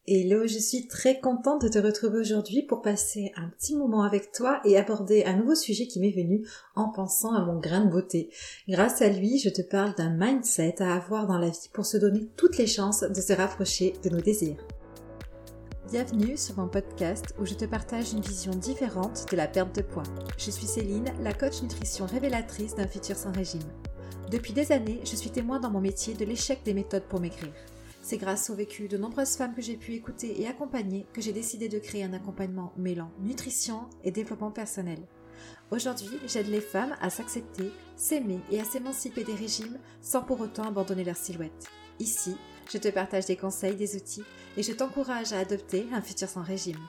Hello, je suis très contente de te retrouver aujourd'hui pour passer un petit moment avec toi et aborder un nouveau sujet qui m'est venu en pensant à mon grain de beauté. Grâce à lui, je te parle d'un mindset à avoir dans la vie pour se donner toutes les chances de se rapprocher de nos désirs. Bienvenue sur mon podcast où je te partage une vision différente de la perte de poids. Je suis Céline, la coach nutrition révélatrice d'un futur sans régime. Depuis des années, je suis témoin dans mon métier de l'échec des méthodes pour maigrir. C'est grâce au vécu de nombreuses femmes que j'ai pu écouter et accompagner que j'ai décidé de créer un accompagnement mêlant nutrition et développement personnel. Aujourd'hui, j'aide les femmes à s'accepter, s'aimer et à s'émanciper des régimes sans pour autant abandonner leur silhouette. Ici, je te partage des conseils, des outils et je t'encourage à adopter un futur sans régime.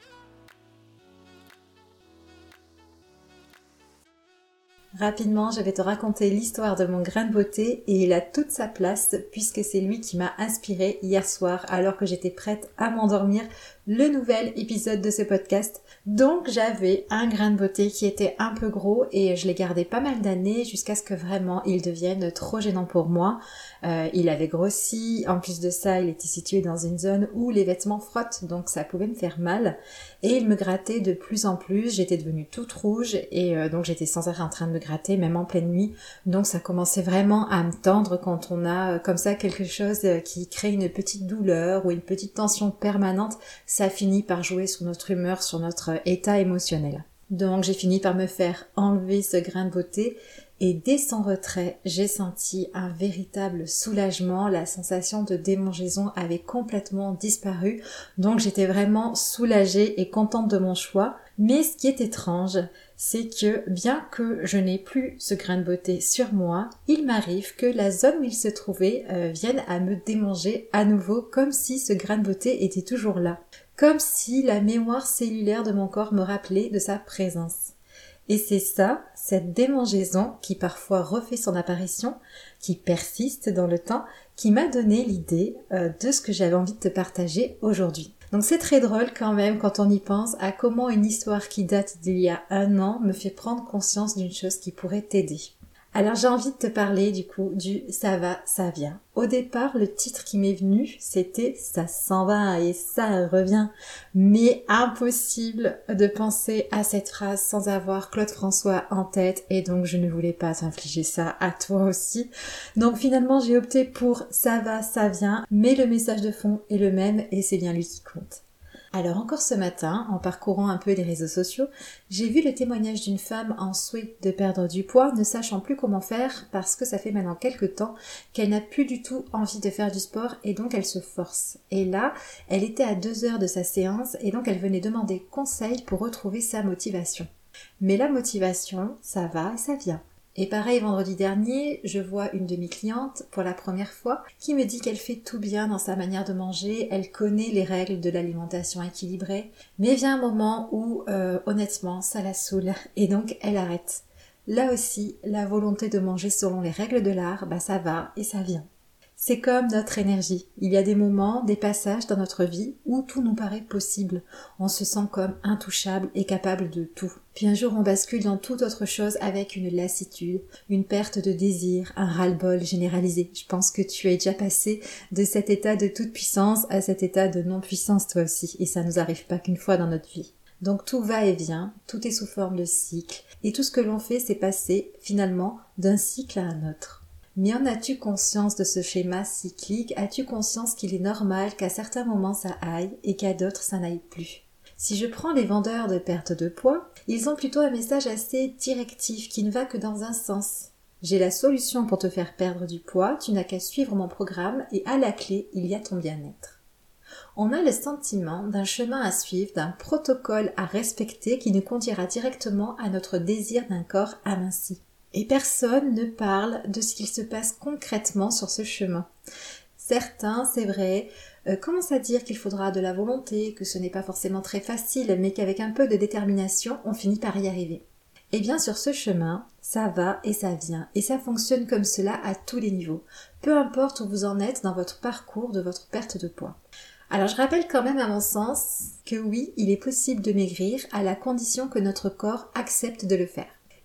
Rapidement, je vais te raconter l'histoire de mon grain de beauté et il a toute sa place puisque c'est lui qui m'a inspirée hier soir alors que j'étais prête à m'endormir, le nouvel épisode de ce podcast. Donc j'avais un grain de beauté qui était un peu gros et je l'ai gardé pas mal d'années jusqu'à ce que vraiment il devienne trop gênant pour moi. Il avait grossi, en plus de ça il était situé dans une zone où les vêtements frottent donc ça pouvait me faire mal et il me grattait de plus en plus, j'étais devenue toute rouge et donc j'étais sans arrêt en train de me gratter même en pleine nuit, donc ça commençait vraiment à me tendre quand on a comme ça quelque chose qui crée une petite douleur ou une petite tension permanente, ça finit par jouer sur notre humeur, sur notre état émotionnel. Donc j'ai fini par me faire enlever ce grain de beauté et dès son retrait, j'ai senti un véritable soulagement, la sensation de démangeaison avait complètement disparu, donc j'étais vraiment soulagée et contente de mon choix. Mais ce qui est étrange, c'est que bien que je n'ai plus ce grain de beauté sur moi, il m'arrive que la zone où il se trouvait vienne à me démanger à nouveau comme si ce grain de beauté était toujours là. Comme si la mémoire cellulaire de mon corps me rappelait de sa présence. Et c'est ça, cette démangeaison qui parfois refait son apparition, qui persiste dans le temps, qui m'a donné l'idée de ce que j'avais envie de te partager aujourd'hui. Donc c'est très drôle quand même quand on y pense à comment une histoire qui date d'il y a 1 an me fait prendre conscience d'une chose qui pourrait t'aider. Alors j'ai envie de te parler du coup du ça va, ça vient. Au départ, le titre qui m'est venu, c'était ça s'en va et ça revient. Mais impossible de penser à cette phrase sans avoir Claude François en tête et donc je ne voulais pas t'infliger ça à toi aussi. Donc finalement, j'ai opté pour ça va, ça vient, mais le message de fond est le même et c'est bien lui qui compte. Alors encore ce matin, en parcourant un peu les réseaux sociaux, j'ai vu le témoignage d'une femme en souhait de perdre du poids, ne sachant plus comment faire parce que ça fait maintenant quelques temps qu'elle n'a plus du tout envie de faire du sport et donc elle se force. Et là, elle était à 2 heures de sa séance et donc elle venait demander conseil pour retrouver sa motivation. Mais la motivation, ça va et ça vient. Et pareil, vendredi dernier, je vois une de mes clientes pour la première fois qui me dit qu'elle fait tout bien dans sa manière de manger, elle connaît les règles de l'alimentation équilibrée, mais vient un moment où honnêtement ça la saoule et donc elle arrête. Là aussi, la volonté de manger selon les règles de l'art, ça va et ça vient. C'est comme notre énergie. Il y a des moments, des passages dans notre vie où tout nous paraît possible. On se sent comme intouchable et capable de tout. Puis un jour on bascule dans toute autre chose avec une lassitude, une perte de désir, un ras-le-bol généralisé. Je pense que tu es déjà passé de cet état de toute puissance à cet état de non-puissance toi aussi. Et ça nous arrive pas qu'une fois dans notre vie. Donc tout va et vient, tout est sous forme de cycle. Et tout ce que l'on fait, c'est passer finalement d'un cycle à un autre. Mais en as-tu conscience de ce schéma cyclique? As-tu conscience qu'il est normal qu'à certains moments ça aille et qu'à d'autres ça n'aille plus? Si je prends les vendeurs de perte de poids, ils ont plutôt un message assez directif qui ne va que dans un sens. J'ai la solution pour te faire perdre du poids, tu n'as qu'à suivre mon programme et à la clé, il y a ton bien-être. On a le sentiment d'un chemin à suivre, d'un protocole à respecter qui nous conduira directement à notre désir d'un corps aminci. Et personne ne parle de ce qu'il se passe concrètement sur ce chemin. Certains, c'est vrai, commencent à dire qu'il faudra de la volonté, que ce n'est pas forcément très facile, mais qu'avec un peu de détermination, on finit par y arriver. Et bien sur ce chemin, ça va et ça vient, et ça fonctionne comme cela à tous les niveaux, peu importe où vous en êtes dans votre parcours de votre perte de poids. Alors je rappelle quand même à mon sens que oui, il est possible de maigrir à la condition que notre corps accepte de le faire.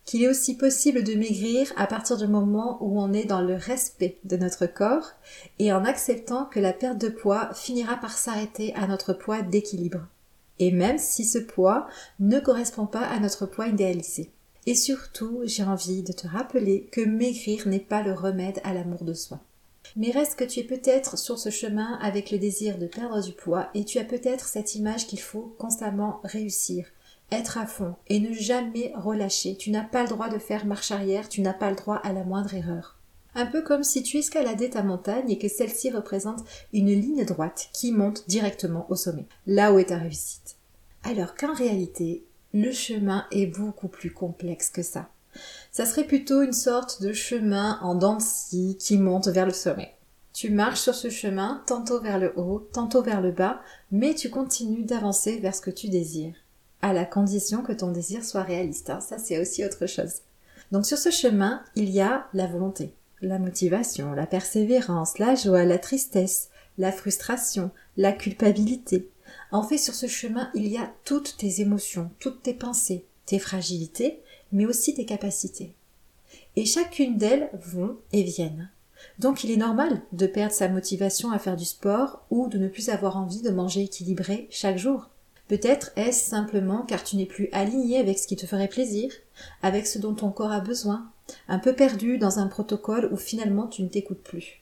qu'il est aussi possible de maigrir à partir du moment où on est dans le respect de notre corps et en acceptant que la perte de poids finira par s'arrêter à notre poids d'équilibre. Et même si ce poids ne correspond pas à notre poids idéalisé. Et surtout, j'ai envie de te rappeler que maigrir n'est pas le remède à l'amour de soi. Mais reste que tu es peut-être sur ce chemin avec le désir de perdre du poids et tu as peut-être cette image qu'il faut constamment réussir, être à fond et ne jamais relâcher. Tu n'as pas le droit de faire marche arrière, tu n'as pas le droit à la moindre erreur. Un peu comme si tu escaladais ta montagne et que celle-ci représente une ligne droite qui monte directement au sommet, là où est ta réussite. Alors qu'en réalité, le chemin est beaucoup plus complexe que ça. Ça serait plutôt une sorte de chemin en dents de scie qui monte vers le sommet. Tu marches sur ce chemin, tantôt vers le haut, tantôt vers le bas, mais tu continues d'avancer vers ce que tu désires. À la condition que ton désir soit réaliste, hein. Ça c'est aussi autre chose. Donc sur ce chemin, il y a la volonté, la motivation, la persévérance, la joie, la tristesse, la frustration, la culpabilité. En fait, sur ce chemin, il y a toutes tes émotions, toutes tes pensées, tes fragilités, mais aussi tes capacités. Et chacune d'elles vont et viennent. Donc il est normal de perdre sa motivation à faire du sport ou de ne plus avoir envie de manger équilibré chaque jour. Peut-être est-ce simplement car tu n'es plus aligné avec ce qui te ferait plaisir, avec ce dont ton corps a besoin, un peu perdu dans un protocole où finalement tu ne t'écoutes plus.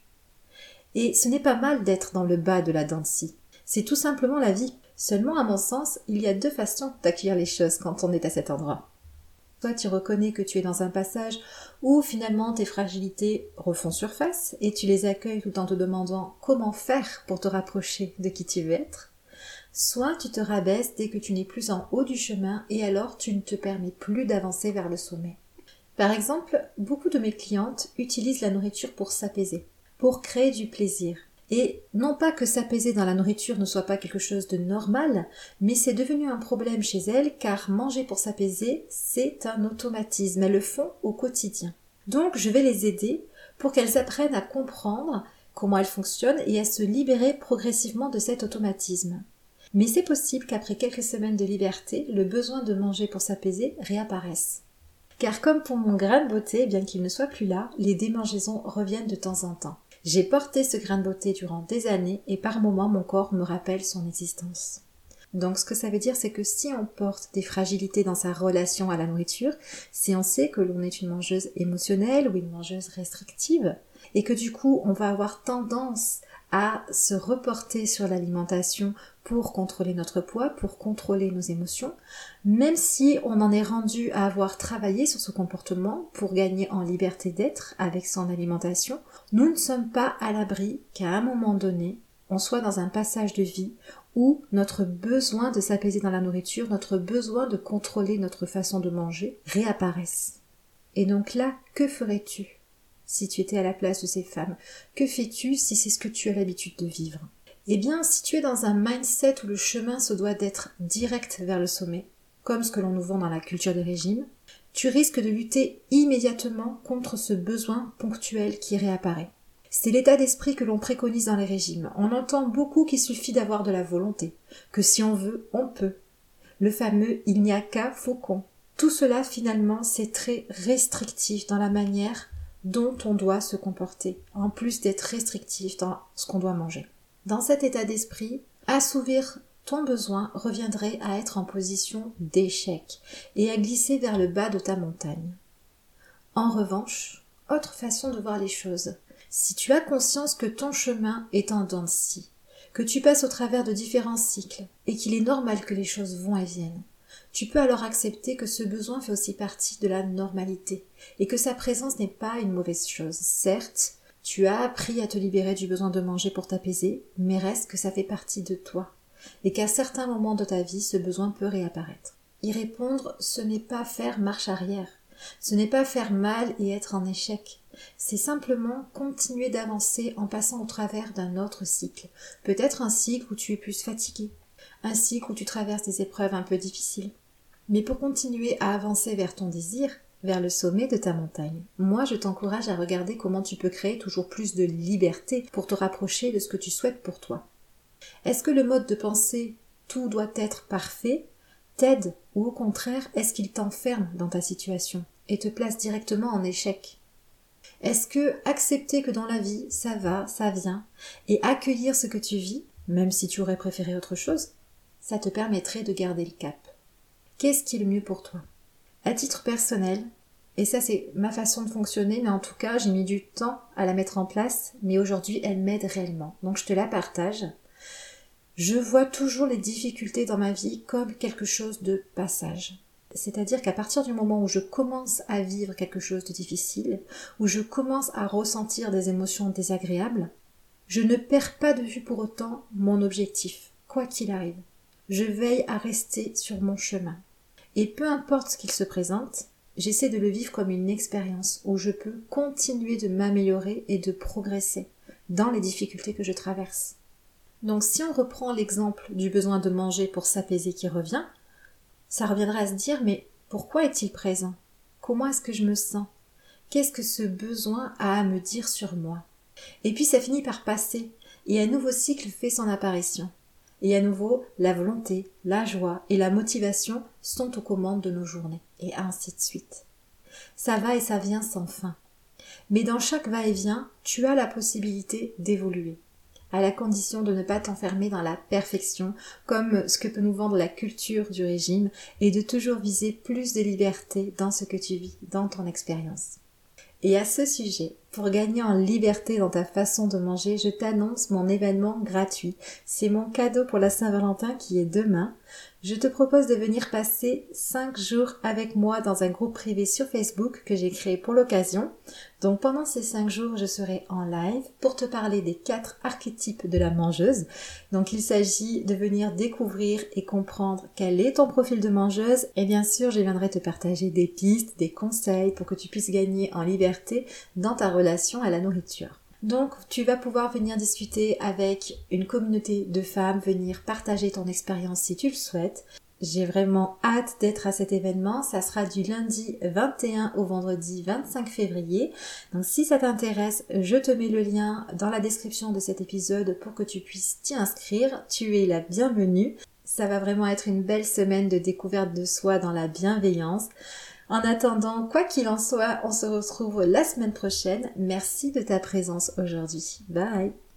Et ce n'est pas mal d'être dans le bas de la dent de scie. C'est tout simplement la vie. Seulement, à mon sens, il y a deux façons d'accueillir les choses quand on est à cet endroit. Toi, tu reconnais que tu es dans un passage où finalement tes fragilités refont surface et tu les accueilles tout en te demandant comment faire pour te rapprocher de qui tu veux être. Soit tu te rabaisses dès que tu n'es plus en haut du chemin et alors tu ne te permets plus d'avancer vers le sommet. Par exemple, beaucoup de mes clientes utilisent la nourriture pour s'apaiser, pour créer du plaisir. Et non pas que s'apaiser dans la nourriture ne soit pas quelque chose de normal, mais c'est devenu un problème chez elles car manger pour s'apaiser, c'est un automatisme. Elles le font au quotidien. Donc je vais les aider pour qu'elles apprennent à comprendre comment elles fonctionnent et à se libérer progressivement de cet automatisme. Mais c'est possible qu'après quelques semaines de liberté, le besoin de manger pour s'apaiser réapparaisse. Car comme pour mon grain de beauté, bien qu'il ne soit plus là, les démangeaisons reviennent de temps en temps. J'ai porté ce grain de beauté durant des années et par moments mon corps me rappelle son existence. Donc ce que ça veut dire, c'est que si on porte des fragilités dans sa relation à la nourriture, si on sait que l'on est une mangeuse émotionnelle ou une mangeuse restrictive, et que du coup on va avoir tendance à se reporter sur l'alimentation pour contrôler notre poids, pour contrôler nos émotions, même si on en est rendu à avoir travaillé sur ce comportement pour gagner en liberté d'être avec son alimentation, nous ne sommes pas à l'abri qu'à un moment donné, on soit dans un passage de vie où notre besoin de s'apaiser dans la nourriture, notre besoin de contrôler notre façon de manger réapparaisse. Et donc là, que ferais-tu si tu étais à la place de ces femmes? Que fais-tu si c'est ce que tu as l'habitude de vivre? Eh bien, si tu es dans un mindset où le chemin se doit d'être direct vers le sommet, comme ce que l'on nous vend dans la culture des régimes, tu risques de lutter immédiatement contre ce besoin ponctuel qui réapparaît. C'est l'état d'esprit que l'on préconise dans les régimes. On entend beaucoup qu'il suffit d'avoir de la volonté, que si on veut, on peut. Le fameux « il n'y a qu'à faucon ». Tout cela, finalement, c'est très restrictif dans la manière dont on doit se comporter, en plus d'être restrictif dans ce qu'on doit manger. Dans cet état d'esprit, assouvir ton besoin reviendrait à être en position d'échec et à glisser vers le bas de ta montagne. En revanche, autre façon de voir les choses, si tu as conscience que ton chemin est en dents de scie, que tu passes au travers de différents cycles et qu'il est normal que les choses vont et viennent, tu peux alors accepter que ce besoin fait aussi partie de la normalité et que sa présence n'est pas une mauvaise chose. Certes, tu as appris à te libérer du besoin de manger pour t'apaiser, mais reste que ça fait partie de toi et qu'à certains moments de ta vie, ce besoin peut réapparaître. Y répondre, ce n'est pas faire marche arrière, ce n'est pas faire mal et être en échec. C'est simplement continuer d'avancer en passant au travers d'un autre cycle. Peut-être un cycle où tu es plus fatigué, un cycle où tu traverses des épreuves un peu difficiles. Mais pour continuer à avancer vers ton désir, vers le sommet de ta montagne, moi je t'encourage à regarder comment tu peux créer toujours plus de liberté pour te rapprocher de ce que tu souhaites pour toi. Est-ce que le mode de pensée « tout doit être parfait » t'aide ou au contraire est-ce qu'il t'enferme dans ta situation et te place directement en échec? Est-ce que accepter que dans la vie, ça va, ça vient, et accueillir ce que tu vis, même si tu aurais préféré autre chose, ça te permettrait de garder le cap? Qu'est-ce qui est le mieux pour toi? À titre personnel, et ça c'est ma façon de fonctionner, mais en tout cas j'ai mis du temps à la mettre en place, mais aujourd'hui elle m'aide réellement, donc je te la partage. Je vois toujours les difficultés dans ma vie comme quelque chose de passage. C'est-à-dire qu'à partir du moment où je commence à vivre quelque chose de difficile, où je commence à ressentir des émotions désagréables, je ne perds pas de vue pour autant mon objectif, quoi qu'il arrive. Je veille à rester sur mon chemin. Et peu importe ce qu'il se présente, j'essaie de le vivre comme une expérience où je peux continuer de m'améliorer et de progresser dans les difficultés que je traverse. Donc si on reprend l'exemple du besoin de manger pour s'apaiser qui revient, ça reviendra à se dire mais pourquoi est-il présent? Comment est-ce que je me sens? Qu'est-ce que ce besoin a à me dire sur moi? Et puis ça finit par passer et un nouveau cycle fait son apparition. Et à nouveau, la volonté, la joie et la motivation sont aux commandes de nos journées, et ainsi de suite. Ça va et ça vient sans fin. Mais dans chaque va-et-vient, tu as la possibilité d'évoluer, à la condition de ne pas t'enfermer dans la perfection, comme ce que peut nous vendre la culture du régime, et de toujours viser plus de liberté dans ce que tu vis, dans ton expérience. Et à ce sujet, pour gagner en liberté dans ta façon de manger, je t'annonce mon événement gratuit. C'est mon cadeau pour la Saint-Valentin qui est demain. Je te propose de venir passer 5 jours avec moi dans un groupe privé sur Facebook que j'ai créé pour l'occasion. Donc pendant ces 5 jours, je serai en live pour te parler des 4 archétypes de la mangeuse. Donc il s'agit de venir découvrir et comprendre quel est ton profil de mangeuse. Et bien sûr, je viendrai te partager des pistes, des conseils pour que tu puisses gagner en liberté dans ta relation à la nourriture. Donc, tu vas pouvoir venir discuter avec une communauté de femmes, venir partager ton expérience si tu le souhaites. J'ai vraiment hâte d'être à cet événement. Ça sera du lundi 21 au vendredi 25 février. Donc, si ça t'intéresse, je te mets le lien dans la description de cet épisode pour que tu puisses t'y inscrire. Tu es la bienvenue. Ça va vraiment être une belle semaine de découverte de soi dans la bienveillance. En attendant, quoi qu'il en soit, on se retrouve la semaine prochaine. Merci de ta présence aujourd'hui. Bye!